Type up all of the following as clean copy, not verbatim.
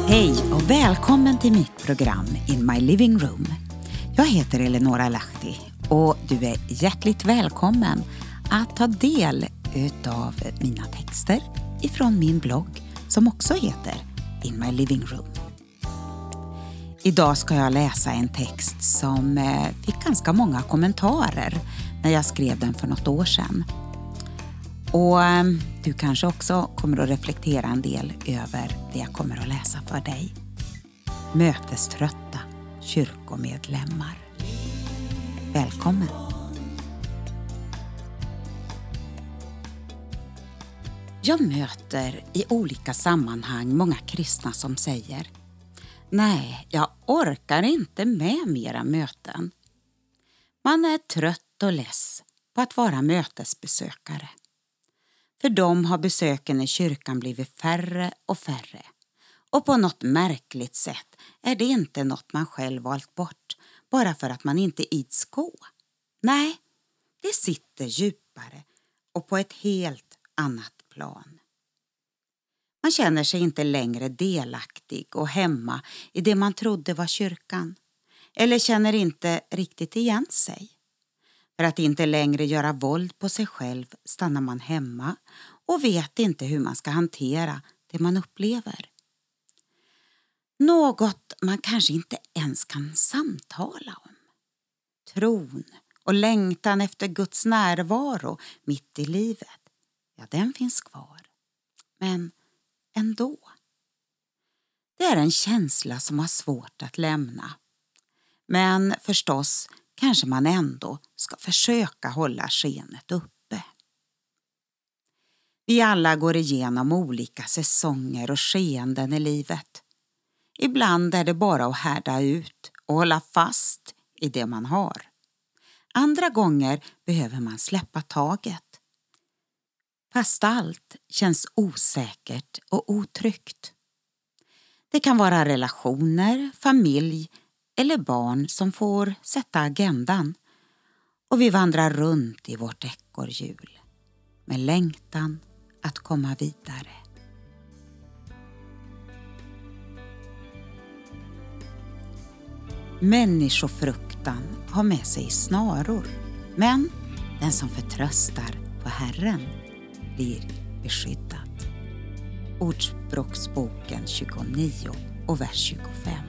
Hej och välkommen till mitt program In My Living Room. Jag heter Eleonora Lahti och du är hjärtligt välkommen att ta del utav mina texter ifrån min blogg som också heter In My Living Room. Idag ska jag läsa en text som fick ganska många kommentarer när jag skrev den för något år sedan. Och du kanske också kommer att reflektera en del över det jag kommer att läsa för dig. Möteströtta kyrkomedlemmar. Välkommen! Jag möter i olika sammanhang många kristna som säger: nej, jag orkar inte med mera möten. Man är trött och less på att vara mötesbesökare. För dem har besöken i kyrkan blivit färre och färre. Och på något märkligt sätt är det inte något man själv valt bort bara för att man inte ids gå. Nej, det sitter djupare och på ett helt annat plan. Man känner sig inte längre delaktig och hemma i det man trodde var kyrkan. Eller känner inte riktigt igen sig. För att inte längre göra våld på sig själv stannar man hemma och vet inte hur man ska hantera det man upplever. Något man kanske inte ens kan samtala om. Tron och längtan efter Guds närvaro mitt i livet, ja, den finns kvar. Men ändå. Det är en känsla som har svårt att lämna. Men förstås kanske man ändå ska försöka hålla skenet uppe. Vi alla går igenom olika säsonger och skeenden i livet. Ibland är det bara att härda ut och hålla fast i det man har. Andra gånger behöver man släppa taget. Fast allt känns osäkert och otryggt. Det kan vara relationer, familj eller barn som får sätta agendan. Och vi vandrar runt i vårt ekorrhjul med längtan att komma vidare. Människofruktan har med sig snaror, men den som förtröstar på Herren blir beskyddad. Ordspråksboken 29 och vers 25.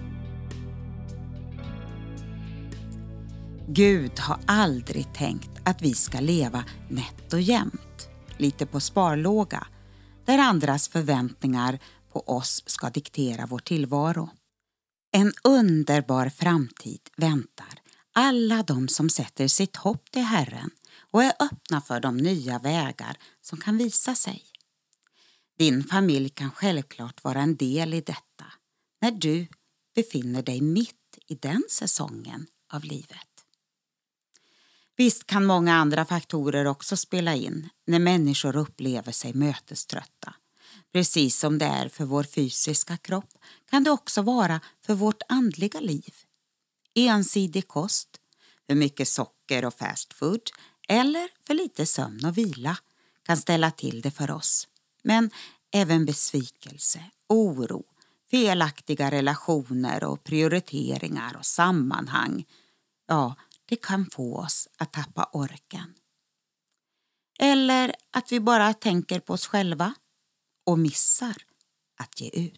Gud har aldrig tänkt att vi ska leva nätt och jämnt, lite på sparlåga, där andras förväntningar på oss ska diktera vår tillvaro. En underbar framtid väntar alla de som sätter sitt hopp till Herren och är öppna för de nya vägar som kan visa sig. Din familj kan självklart vara en del i detta när du befinner dig mitt i den säsongen av livet. Visst kan många andra faktorer också spela in när människor upplever sig möteströtta. Precis som det är för vår fysiska kropp kan det också vara för vårt andliga liv. Ensidig kost, för mycket socker och fast food eller för lite sömn och vila kan ställa till det för oss. Men även besvikelse, oro, felaktiga relationer och prioriteringar och sammanhang, ja, det kan få oss att tappa orken. Eller att vi bara tänker på oss själva och missar att ge ut.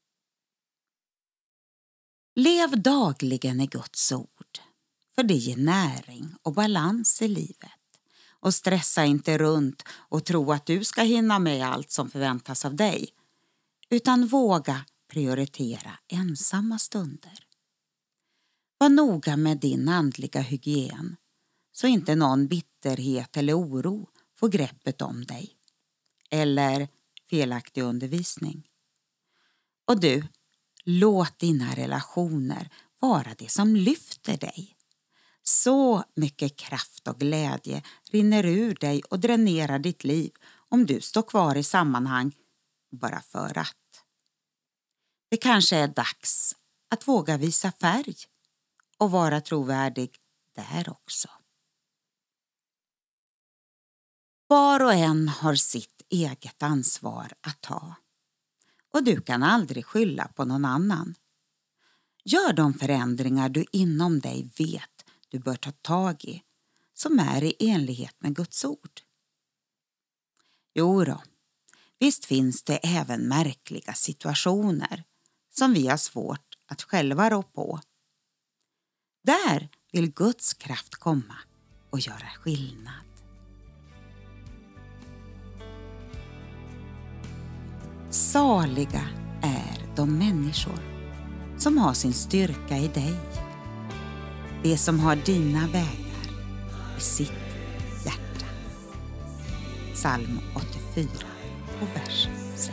Lev dagligen i Guds ord, för det ger näring och balans i livet. Och stressa inte runt och tro att du ska hinna med allt som förväntas av dig, utan våga prioritera ensamma stunder. Var noga med din andliga hygien så inte någon bitterhet eller oro får greppet om dig. Eller felaktig undervisning. Och du, låt dina relationer vara det som lyfter dig. Så mycket kraft och glädje rinner ur dig och dränerar ditt liv om du står kvar i sammanhang bara för att. Det kanske är dags att våga visa färg och vara trovärdig där också. Var och en har sitt eget ansvar att ta. och du kan aldrig skylla på någon annan. Gör de förändringar du inom dig vet du bör ta tag i, som är i enlighet med Guds ord. Jo då, visst finns det även märkliga situationer som vi har svårt att själva rå på. Där vill Guds kraft komma och göra skillnad. Saliga är de människor som har sin styrka i dig. Det som har dina vägar i sitt hjärta. Psalm 84 och vers 6.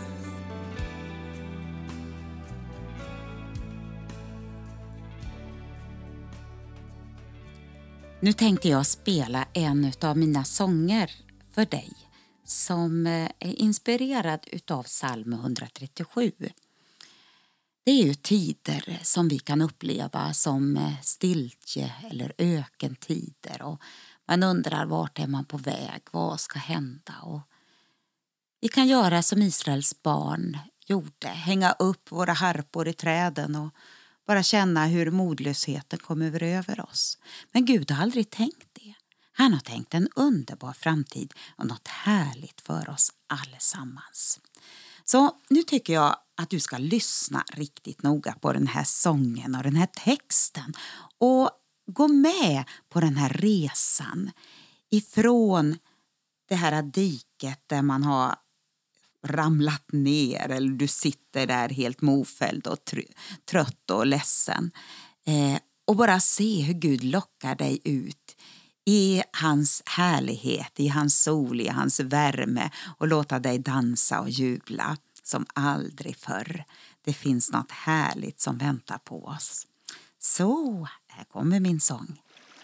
Nu tänkte jag spela en av mina sånger för dig som är inspirerad utav psalm 137. Det är ju tider som vi kan uppleva som stiltje eller ökentider och man undrar vart är man på väg, vad ska hända. Och vi kan göra som Israels barn gjorde, hänga upp våra harpor i träden och bara känna hur modlösheten kommer över oss. Men Gud har aldrig tänkt det. Han har tänkt en underbar framtid och något härligt för oss allesammans. Så nu tycker jag att du ska lyssna riktigt noga på den här sången och den här texten. Och gå med på den här resan ifrån det här diket där man har ramlat ner eller du sitter där helt mofälld och trött och ledsen. Och bara se hur Gud lockar dig ut i hans härlighet, i hans sol, i hans värme och låta dig dansa och jubla som aldrig förr. Det finns något härligt som väntar på oss. Så, här kommer min sång.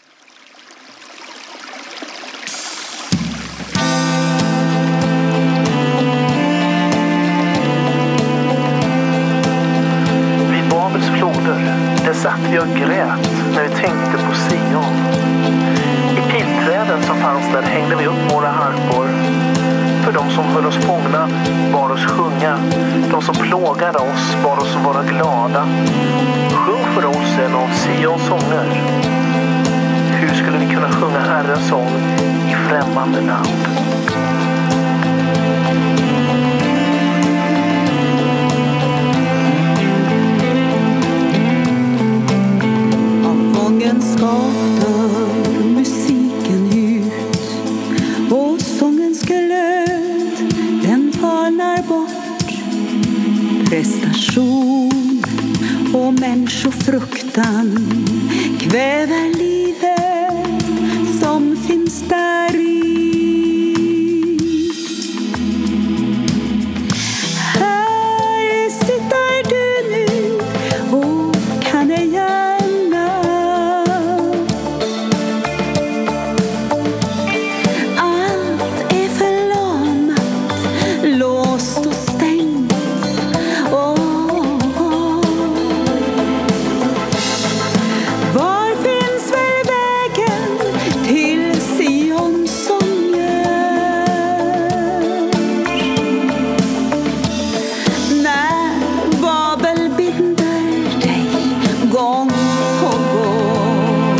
Vid Babels floder, där satt vi och grät när vi tänkte på Sion. I pilträden som fanns där hängde vi upp våra harpor. För de som höll oss fångna bad oss sjunga. De som plågade oss bad oss vara glada. Sjung för oss en av Sions sånger. Hur skulle vi kunna sjunga Herrens sång i främmande land? Av fångenskapen musiken ut och sångens glöd den falnar bort. Prestation och människofruktan kväver livet som finns där i. Här sitter du nu och kan ej gärna. Allt är förlamat, låst och stängt. Var finns väl vägen till Sions sånger? När Babel binder dig gång på gång.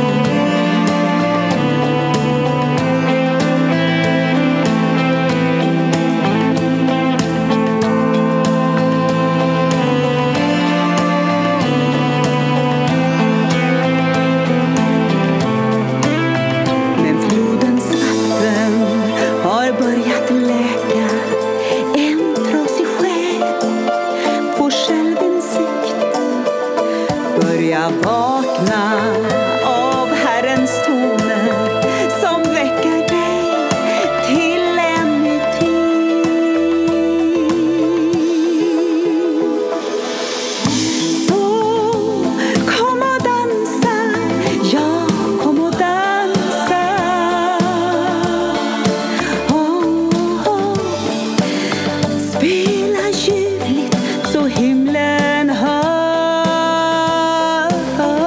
Men flodens vatten har börjat läka. En trasig själ får självinsikt. Börja vakna av Herrens toner som väcker dig till en ny tid. Så kom och dansa, ja kom och dansa. Spela ljuvligt så himlen hör.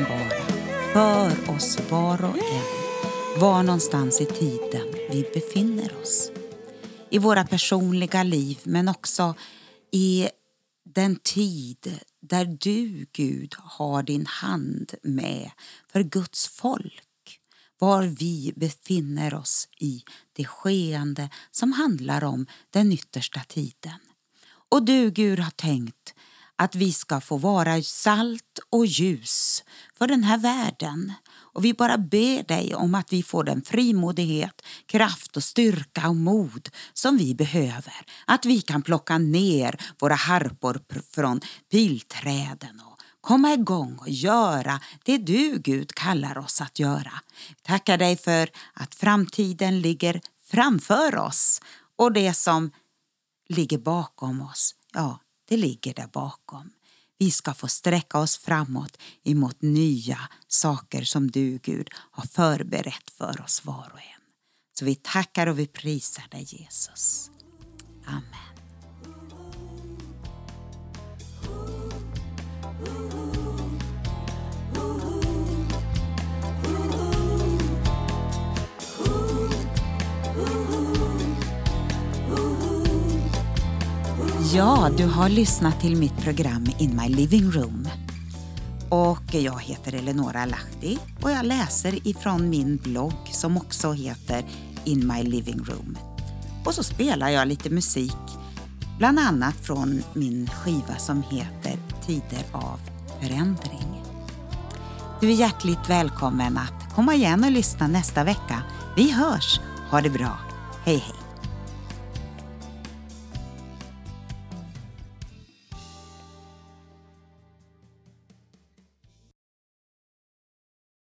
uppenbara för oss var och en var någonstans i tiden vi befinner oss. I våra personliga liv, men också i den tid där du, Gud, har din hand med för Guds folk. Var vi befinner oss i det skeende som handlar om den yttersta tiden. Och du, Gud, har tänkt att vi ska få vara salt och ljus för den här världen. Och vi bara ber dig om att vi får den frimodighet, kraft och styrka och mod som vi behöver. Att vi kan plocka ner våra harpor från pilträden och komma igång och göra det du, Gud, kallar oss att göra. Tackar dig för att framtiden ligger framför oss och det som ligger bakom oss, ja, det ligger där bakom. Vi ska få sträcka oss framåt emot nya saker som du, Gud, har förberett för oss var och en. Så vi tackar och vi prisar dig, Jesus. Amen. Ja, du har lyssnat till mitt program In My Living Room. Och jag heter Eleonora Lahti och jag läser ifrån min blogg som också heter In My Living Room. Och så spelar jag lite musik, bland annat från min skiva som heter Tider av förändring. Du är hjärtligt välkommen att komma igen och lyssna nästa vecka. Vi hörs, ha det bra, hej hej!